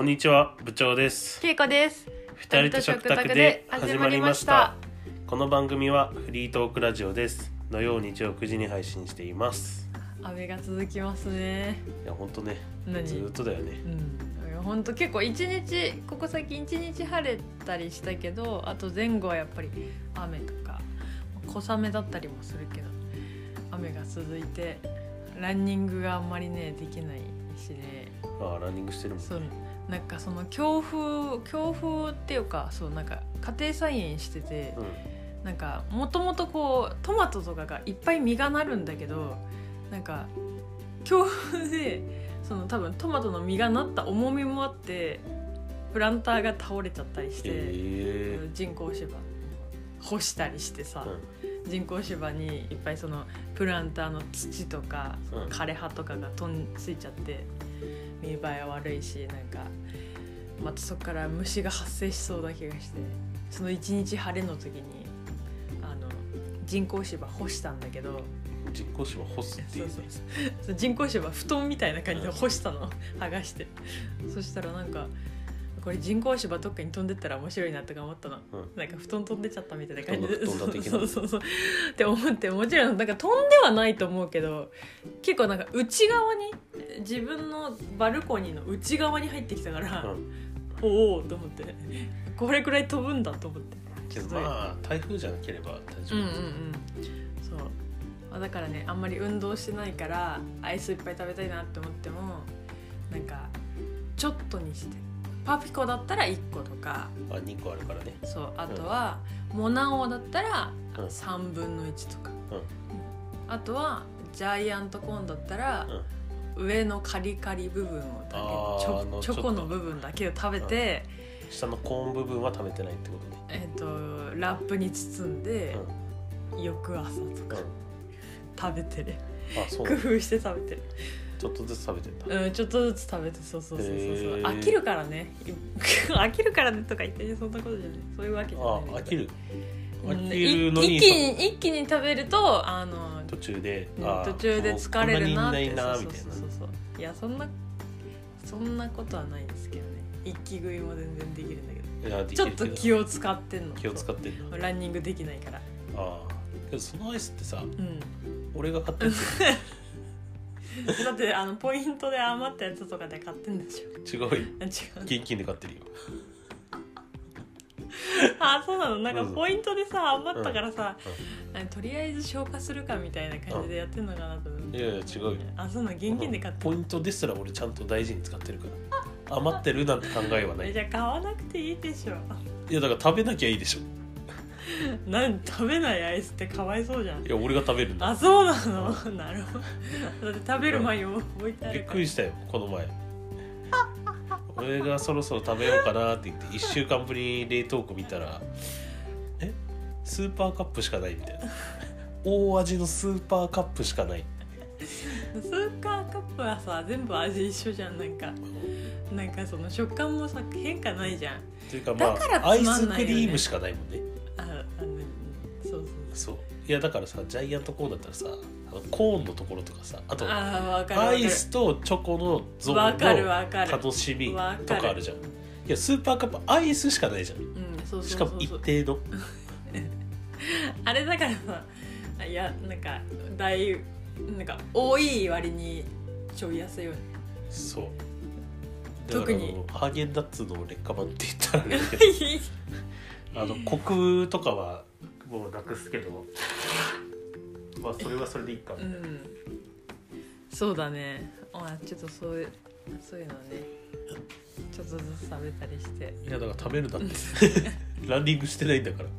こんにちは、部長です。 けいこです。 二人と食卓で始まりました。この番組はフリートークラジオです。土曜日曜9時に配信しています。 雨が続きますね。 いや、ほんとね、ずっとだよね。 ほんと結構一日、ここ最近一日晴れたりしたけど、あと前後はやっぱり雨とか小雨だったりもするけど、雨が続いてランニングがあんまりねできないしね。 ああ、ランニングしてるもんね。 そうなんかその強風っていうか、そうなんか家庭菜園してて、なんかもともとこうトマトとかがいっぱい実がなるんだけど、なんか強風でその多分トマトの実がなった重みもあってプランターが倒れちゃったりして、人工芝干したりしてさ、人工芝にいっぱいそのプランターの土とか枯れ葉とかがついちゃって見栄え悪いし、なんかまたそこから虫が発生しそうだ気がして、その一日晴れの時に人工芝干したんだけど、 人工芝干すっていうね。 そう人工芝布団みたいな感じで干したの、剥がして、そしたらなんかこれ人工芝どっかに飛んでったら面白いなとか思ったの、なんか布団飛んでちゃったみたいな感じで、そうって思って、もちろんなんか飛んではないと思うけど、結構なんか内側に自分のバルコニーの内側に入ってきたから、おおと思って、これくらい飛ぶんだと思って。 けどまあ台風じゃなければ大丈夫。 そうだからね、あんまり運動してないからアイスいっぱい食べたいなって思っても、なんかちょっとにして、パピコだったら1個とか、 2個あるからね。 そう、あとは、モナオだったら3分の1とか、あとはジャイアントコーンだったら、上のカリカリ部分をだけ、チョコの部分だけを食べて、 下のコーン部分は食べてないってことね。ラップに包んで、翌朝とか、食べてる。工夫して食べてる。 ちょっとずつ食べてた。 ちょっとずつ食べて、そう。飽きるからね。飽きるからねとか言って、そんなことじゃない。そういうわけじゃない。 飽きるのに一気に食べると途中で疲れるなって。 みたいな。 そういや、そんなことはないですけどね。一気食いも全然できるんだけど、ちょっと気を使ってんの。ランニングできないから。 けどそのアイスってさ、俺が買ったやつだってポイントで余ったやつとかで買ってんでしょ。 違うよ。現金で買ってるよ。 そうなの。なんかポイントでさ余ったからさ、とりあえず消化するかみたいな感じでやってんのかなと思って。 いや違うよ。 そうなの。現金で買ってる。 ポイントですら俺ちゃんと大事に使ってるから、余ってるなんて考えはない。 じゃあ買わなくていいでしょ。 いやだから食べなきゃいいでしょ。 食べないアイスってかわいそうじゃん。 いや俺が食べるんだ。 そうなの。なるほど。だって食べる前に置いてあるから。 びっくりしたよ、この前。俺がそろそろ食べようかなって言って1週間ぶりに冷凍庫見たら、スーパーカップしかないみたいな。大味のスーパーカップしかない。 スーパーカップはさ全部味一緒じゃん。なんかその食感もさ変化ないじゃん。 っていうかまあアイスクリームしかないもんね。そういやだからさ、ジャイアントコーンだったらさ、コーンのところとかさ、あとアイスとチョコのゾーンの楽しみとかあるじゃん。いやスーパーカップアイスしかないじゃん。しかも一定のあれだからさ、いやなんか多い割にちょい安いよね。 そう特にハーゲンダッツの劣化版って言ったらあれだけどコクとかはもうなくすけど、まあそれはそれでいいかみたいな。 そうだね。ちょっとそういうのね、ちょっとずつ食べたりして。 いやだから食べるだってランニングしてないんだから。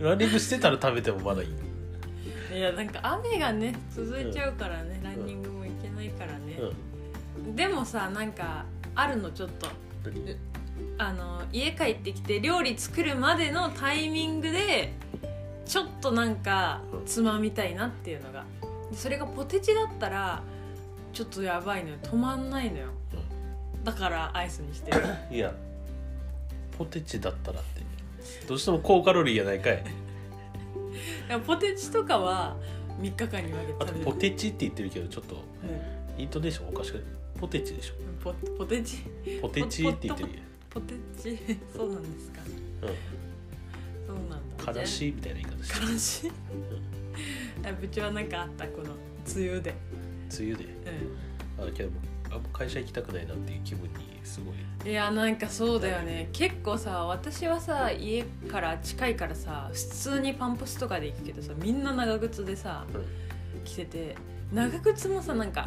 ランニングしてたら食べてもまだいい。 いやなんか雨がね続いちゃうからね、ランニングも行けないからね。でもさ、なんかあるのちょっと。家帰ってきて料理作るまでのタイミングでちょっとなんかつまみたいなっていうのが、それがポテチだったらちょっとやばいのよ、止まんないのよ。だからアイスにしてる。 いやポテチだったらってどうしても高カロリーやないかい。 ポテチとかは3日間に分けて食べる。 あとポテチって言ってるけどちょっと、イントネーションおかしくない？ ポテチでしょ。 ポテチポテチって言ってるよ。 ポテチそうなんですか。そうなんだ。 悲しいみたいな言い方して悲しい部長はなんかあったこの梅雨で。 梅雨で、けどあんま会社行きたくないなっていう気分にすごい。 いやなんかそうだよね。結構さ私はさ家から近いからさ普通にパンプスとかで行くけどさみんな長靴でさ、着てて長靴もさなんか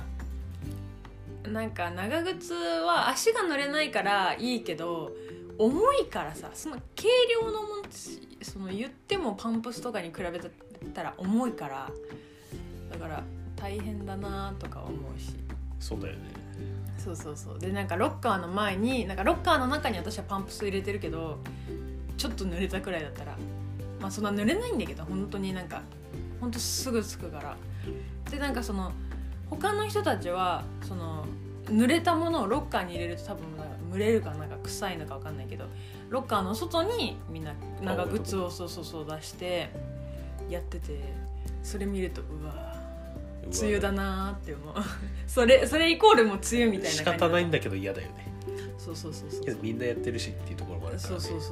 長靴は足が乗れないからいいけど重いからさその軽量のものその言ってもパンプスとかに比べたら重いからだから大変だなとか思うし。 そうだよね。 そうでなんかロッカーの前になんかロッカーの中に私はパンプス入れてるけどちょっと濡れたくらいだったらまあそんな濡れないんだけど本当になんか本当すぐつくからでなんかその他の人たちはその濡れたものをロッカーに入れると多分蒸れるかなんか臭いのか分かんないけどロッカーの外にみんな長靴をそう出してやっててそれ見るとうわ梅雨だなって思うそれイコールもう梅雨みたいな感じ。 仕方ないんだけど嫌だよね。 そうけどみんなやってるしっていうところもあるからね。そう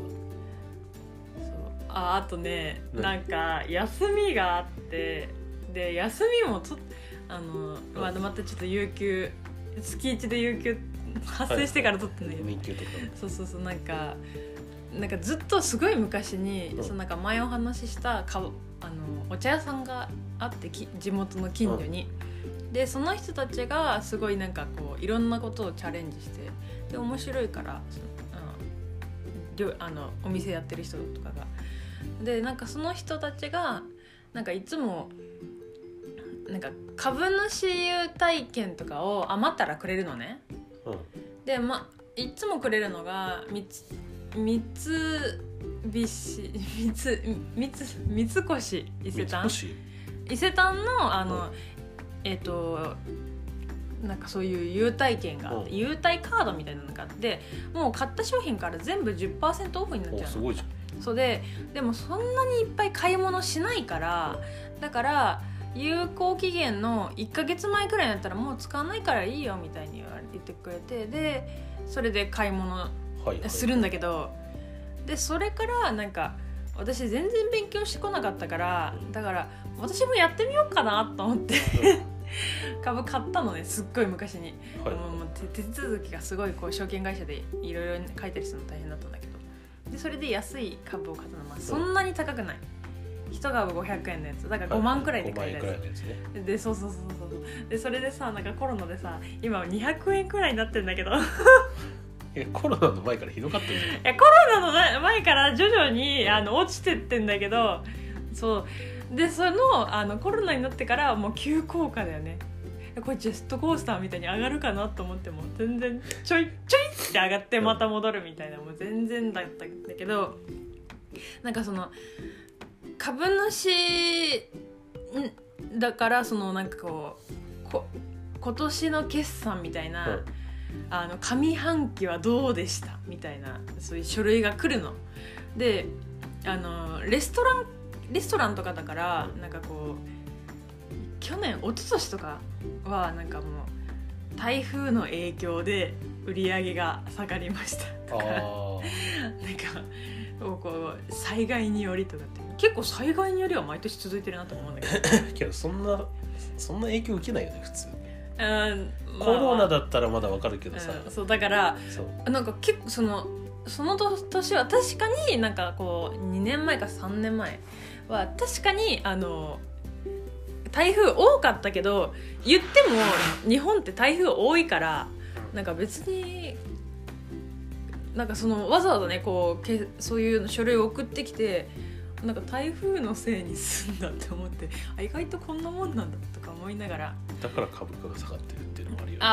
あとねなんか休みがあってで休みもまたちょっと有給月1で有給発生してから取ってんだけど、 年休とかそうなんかずっとすごい昔に、そのなんか前お話ししたお茶屋さんがあって地元の近所に、でその人たちがすごいなんかこういろんなことをチャレンジしてで面白いからお店やってる人とかがでなんかその人たちがなんかいつもなんか株主優待券とかを余ったらくれるのね、でいつもくれるのが三越伊勢丹のなんかそういう優待券があって、優待カードみたいなのがあってもう買った商品から全部 10% オフになっちゃうの。 すごいじゃん。 そうでもそんなにいっぱい買い物しないからだから有効期限の1ヶ月前くらいになったらもう使わないからいいよみたいに言ってくれてでそれで買い物するんだけど、でそれからなんか私全然勉強してこなかったからだから私もやってみようかなと思って株買ったのねすっごい昔に、もう手続きがすごいこう証券会社でいろいろ書いたりするの大変だったんだけどでそれで安い株を買ったのはそんなに高くない1株500円のやつだから5万くらいで買えるやつ、でそうでそれでさなんかコロナでさ今200円くらいになってるんだけどコロナの前からひどかったよね。 コロナの前から徐々に落ちてってんだけどそうでそのコロナになってからもう急降下だよね。これジェットコースターみたいに上がるかなと思っても全然ちょいって上がってまた戻るみたいなもう全然だったんだけどなんかその株主だからそのなんかこう今年の決算みたいな、上半期はどうでしたみたいなそういう書類が来るのでレストランとかだからなんかこう一昨年とかはなんかもう台風の影響で売り上げが下がりましたとかなんかこう災害によりとかって結構災害によりは毎年続いてるなと思うんだけどけどそんな影響受けないよね普通。コロナだったらまだわかるけどさ、 そうだからなんか結構その年は確かになんかこう2年前か3年前は確かに台風多かったけど言っても日本って台風多いからなんか別になんかそのわざわざねこうそういう書類を送ってきてなんか台風のせいにすんだって思って意外とこんなもんなんだとか思いながらだから株価が下がってるっていうのもあるよね。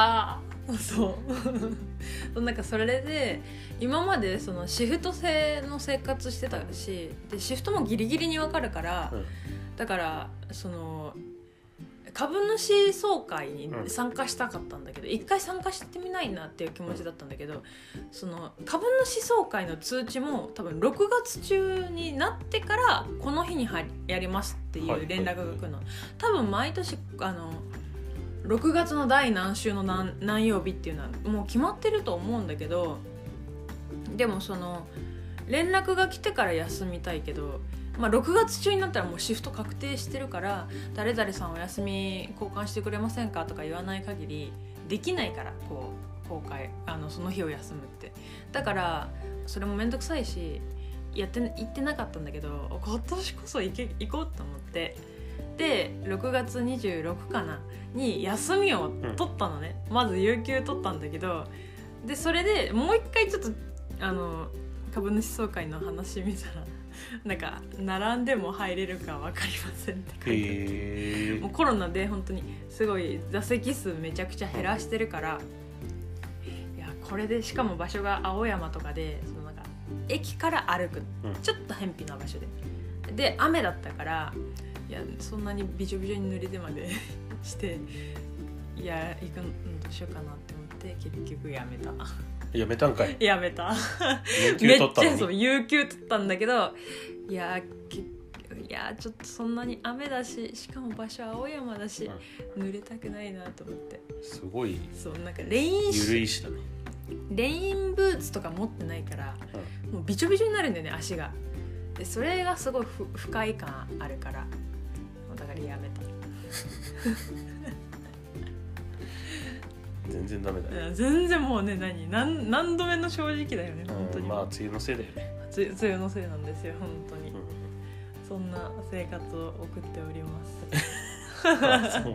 そうなんかそれで今までそのシフト制の生活してたしでシフトもギリギリに分かるから、だからその株主総会に参加したかったんだけど、一回参加してみないなっていう気持ちだったんだけど、その株主総会の通知も多分6月中になってからこの日にやりますっていう連絡が来るの、多分毎年 6月の第何週の 何曜日っていうのはもう決まってると思うんだけど、でもその連絡が来てから休みたいけど、まあ、6月中になったらもうシフト確定してるから、誰々さんお休み交換してくれませんかとか言わない限りできないから、こう公開その日を休むって。だからそれもめんどくさいし行ってなかったんだけど、今年こそ行こうと思って、で6月26かなに休みを取ったのね、まず有給取ったんだけど、でそれでもう一回ちょっと株主総会の話見たらなんか並んでも入れるか分かりませんって書いてあって、もうコロナで本当にすごい座席数めちゃくちゃ減らしてるから、いやこれでしかも場所が青山とかで、そのなんか駅から歩くちょっと偏僻な場所で雨だったから、いやそんなにびちょびちょに濡れてまでしていや行くのどうしようかなって思って結局やめた。 やめたんかい。 やめた。 有給取ったのに。 めっちゃそう有給取ったんだけど、いやちょっとそんなに雨だし、しかも場所青山だし、濡れたくないなと思って。 すごい。 そうなんかレインゆるいしだね。 レインブーツとか持ってないから、もうびちょびちょになるんだよね足が。でそれがすごい不快感あるから、だからやめた。 全然ダメだね。 全然もうね何度目の正直だよね本当に。 まあ梅雨のせいだよね。 梅雨のせいなんですよ本当に、そんな生活を送っております。 そうなんだ。 そう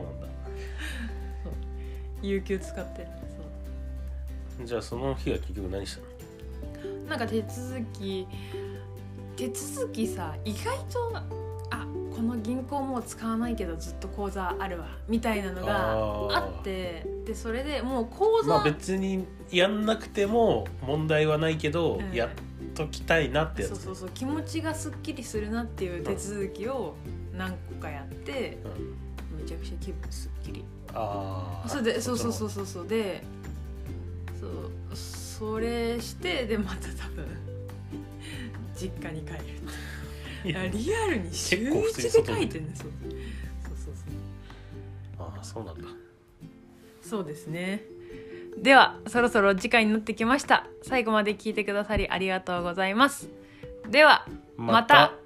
有給使ってる。 そうじゃあその日は結局何したの？ なんか手続きさ、意外とこの銀行もう使わないけどずっと口座あるわみたいなのがあって、でそれでもう口座、 まあ別にやんなくても問題はないけど、やっときたいなってやつ。 そう気持ちがすっきりするなっていう手続きを何個かやって、めちゃくちゃ気分すっきり。それでそうでそれしてでまた多分実家に帰る。いやリアルに週1で書いてんね。そうそうなんだ。 そうですね。ではそろそろ時間になってきました。最後まで聞いてくださりありがとうございます。ではまた。